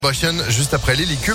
Prochaine, juste après Lily Cube.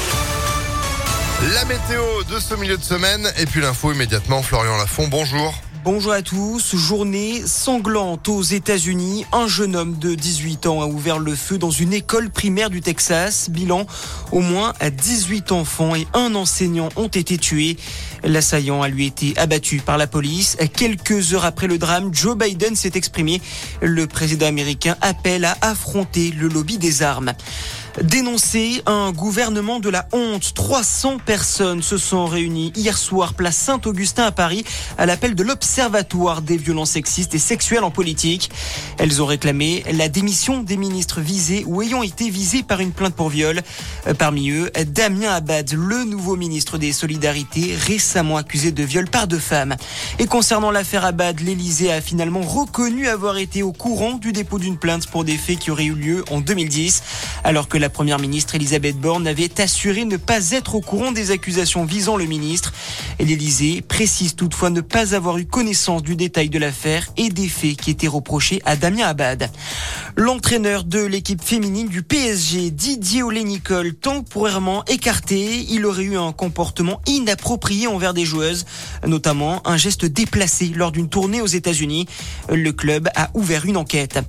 La météo de ce milieu de semaine et puis l'info immédiatement. Florian Lafont, bonjour. Bonjour à tous. Journée sanglante aux États-Unis. Un jeune homme de 18 ans a ouvert le feu dans une école primaire du Texas. Bilan, au moins 18 enfants et un enseignant ont été tués. L'assaillant a lui été abattu par la police. Quelques heures après le drame, Joe Biden s'est exprimé. Le président américain appelle à affronter le lobby des armes. Dénoncer un gouvernement de la honte. 300 personnes se sont réunies hier soir, place Saint-Augustin à Paris, à l'appel de l'Observatoire des violences sexistes et sexuelles en politique. Elles ont réclamé la démission des ministres visés ou ayant été visés par une plainte pour viol. Parmi eux, Damien Abad, le nouveau ministre des Solidarités, récemment accusé de viol par 2 femmes. Et concernant l'affaire Abad, l'Élysée a finalement reconnu avoir été au courant du dépôt d'une plainte pour des faits qui auraient eu lieu en 2010, alors que la première ministre Elisabeth Borne avait assuré ne pas être au courant des accusations visant le ministre. L'Élysée précise toutefois ne pas avoir eu connaissance du détail de l'affaire et des faits qui étaient reprochés à Damien Abad. L'entraîneur de l'équipe féminine du PSG, Didier Ollé-Nicole, temporairement écarté. Il aurait eu un comportement inapproprié envers des joueuses, notamment un geste déplacé lors d'une tournée aux États-Unis. Le club a ouvert une enquête.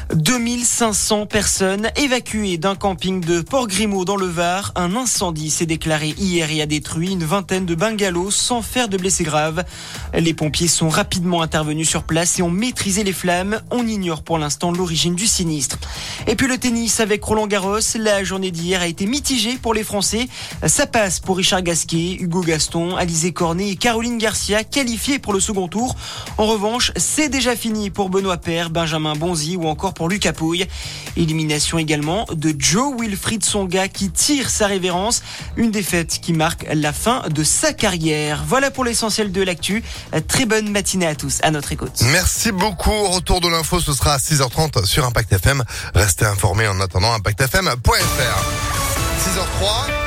2500 personnes évacuées d'un camping de Port-Grimaud dans le Var. Un incendie s'est déclaré hier et a détruit une vingtaine de bungalows sans faire de blessés graves. Les pompiers sont rapidement intervenus sur place et ont maîtrisé les flammes. On ignore pour l'instant l'origine du sinistre. Et puis le tennis avec Roland Garros. La journée d'hier a été mitigée pour les Français. Ça passe pour Richard Gasquet, Hugo Gaston, Alizé Cornet et Caroline Garcia qualifiés pour le second tour. En revanche, c'est déjà fini pour Benoît Paire, Benjamin Bonzi ou encore pour Lucas Pouille. Élimination également de Joe-Wilfried Tsonga qui tire sa révérence. Une défaite qui marque la fin de sa carrière. Voilà pour l'essentiel de l'actu. Très bonne matinée à tous. À notre écoute. Merci beaucoup. Retour de l'info, ce sera à 6h30 sur Impact FM. Restez informés en attendant impactfm.fr. 6h03.